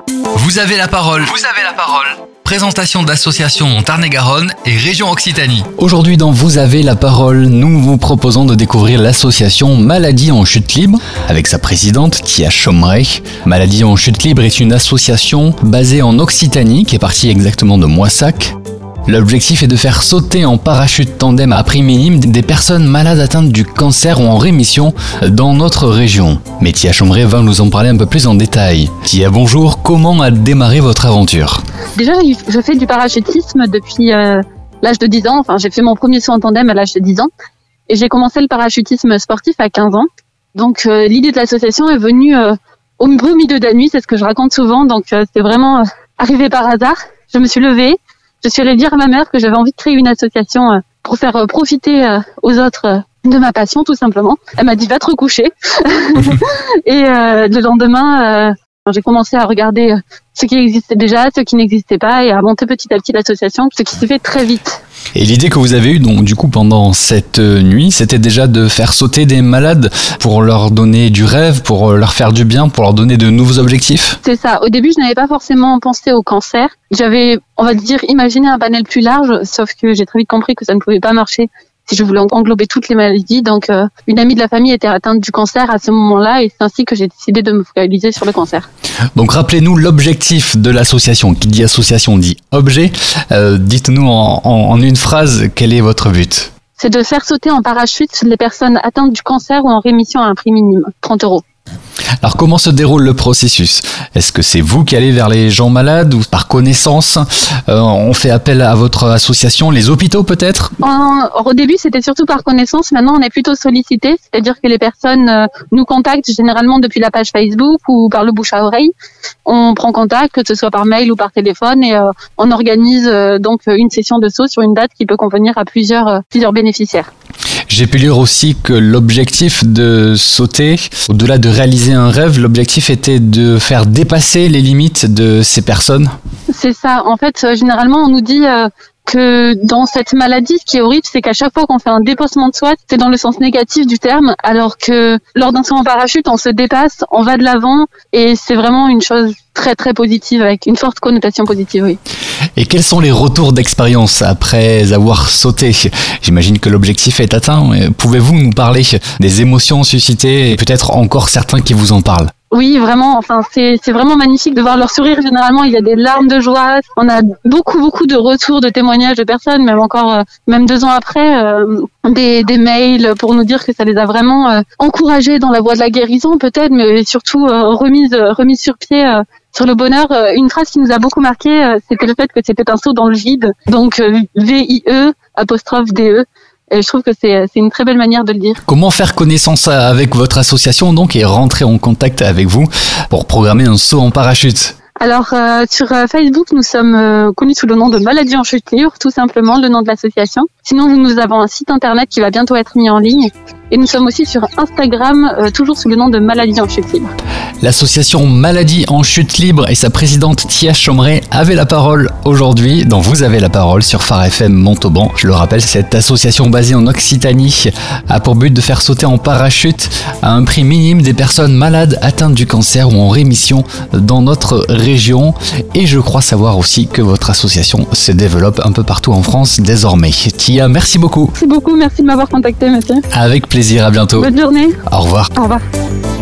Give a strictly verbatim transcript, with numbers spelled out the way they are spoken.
Vous avez la parole. Vous avez la parole. Présentation d'associations en Tarn-et-Garonne et région Occitanie. Aujourd'hui dans Vous avez la parole, nous vous proposons de découvrir l'association Maladie en chute libre avec sa présidente Tia Chomret. Maladie en chute libre est une association basée en Occitanie qui est partie exactement de Moissac. L'objectif est de faire sauter en parachute tandem à prix minime des personnes malades atteintes du cancer ou en rémission dans notre région. Mais Tia Chomret va nous en parler un peu plus en détail. Tia, bonjour, comment a démarré votre aventure ? Déjà, je fais du parachutisme depuis euh, l'âge de dix ans. Enfin, j'ai fait mon premier saut en tandem à l'âge de dix ans. Et j'ai commencé le parachutisme sportif à quinze ans. Donc, euh, l'idée de l'association est venue euh, au beau milieu de la nuit, c'est ce que je raconte souvent. Donc, euh, c'est vraiment euh, arrivé par hasard. Je me suis levée. Je suis allée dire à ma mère que j'avais envie de créer une association euh, pour faire euh, profiter euh, aux autres euh, de ma passion, tout simplement. Elle m'a dit « va te recoucher ». Et euh, le lendemain, euh, j'ai commencé à regarder euh, ce qui existait déjà, ce qui n'existait pas, et à monter petit à petit l'association, ce qui s'est fait très vite. Et l'idée que vous avez eue, donc, du coup, pendant cette nuit, c'était déjà de faire sauter des malades pour leur donner du rêve, pour leur faire du bien, pour leur donner de nouveaux objectifs ? C'est ça. Au début, je n'avais pas forcément pensé au cancer. J'avais, on va dire, imaginé un panel plus large, sauf que j'ai très vite compris que ça ne pouvait pas marcher si je voulais englober toutes les maladies. Donc, euh, une amie de la famille était atteinte du cancer à ce moment-là, et c'est ainsi que j'ai décidé de me focaliser sur le cancer. Donc, rappelez-nous l'objectif de l'association. Qui dit association dit objet. Euh, dites-nous en, en, en une phrase, quel est votre but ? C'est de faire sauter en parachute les personnes atteintes du cancer ou en rémission à un prix minime, trente euros. Alors, comment se déroule le processus ? Est-ce que c'est vous qui allez vers les gens malades ou par connaissance ? euh, On fait appel à votre association, les hôpitaux peut-être ? en, Au début, c'était surtout par connaissance. Maintenant, on est plutôt sollicité. C'est-à-dire que les personnes euh, nous contactent généralement depuis la page Facebook ou par le bouche à oreille. On prend contact, que ce soit par mail ou par téléphone, et euh, on organise euh, donc une session de saut sur une date qui peut convenir à plusieurs, euh, plusieurs bénéficiaires. J'ai pu lire aussi que l'objectif de sauter, au-delà de réaliser un rêve, l'objectif était de faire dépasser les limites de ces personnes. C'est ça. En fait, euh, généralement, on nous dit euh, que dans cette maladie, ce qui est horrible, c'est qu'à chaque fois qu'on fait un dépassement de soi, c'est dans le sens négatif du terme, alors que lors d'un saut en parachute, on se dépasse, on va de l'avant, et c'est vraiment une chose très très positive, avec une forte connotation positive, oui. Et quels sont les retours d'expérience après avoir sauté ? J'imagine que l'objectif est atteint. Pouvez-vous nous parler des émotions suscitées et peut-être encore certains qui vous en parlent ? Oui, vraiment. Enfin, c'est c'est vraiment magnifique de voir leur sourire. Généralement, il y a des larmes de joie. On a beaucoup beaucoup de retours, de témoignages de personnes, même encore, euh, même deux ans après, euh, des des mails pour nous dire que ça les a vraiment euh, encouragés dans la voie de la guérison, peut-être, mais surtout euh, remise remise sur pied. Euh, Sur le bonheur, une phrase qui nous a beaucoup marqué, c'était le fait que c'était un saut dans le vide, donc V I E apostrophe D E. Et je trouve que c'est, c'est une très belle manière de le dire. Comment faire connaissance avec votre association donc et rentrer en contact avec vous pour programmer un saut en parachute ? Alors euh, sur Facebook, nous sommes euh, connus sous le nom de Maladie en chute libre, tout simplement le nom de l'association. Sinon, nous avons un site internet qui va bientôt être mis en ligne. Et nous sommes aussi sur Instagram, euh, toujours sous le nom de Maladie en chute libre. L'association Maladie en chute libre et sa présidente Tia Chomret avaient la parole aujourd'hui dans Vous avez la parole sur Phare F M Montauban. Je le rappelle, cette association basée en Occitanie a pour but de faire sauter en parachute à un prix minime des personnes malades atteintes du cancer ou en rémission dans notre région. Et je crois savoir aussi que votre association se développe un peu partout en France désormais. Tia, merci beaucoup. Merci beaucoup, merci de m'avoir contacté, monsieur. Avec plaisir, à bientôt. Bonne journée. Au revoir. Au revoir.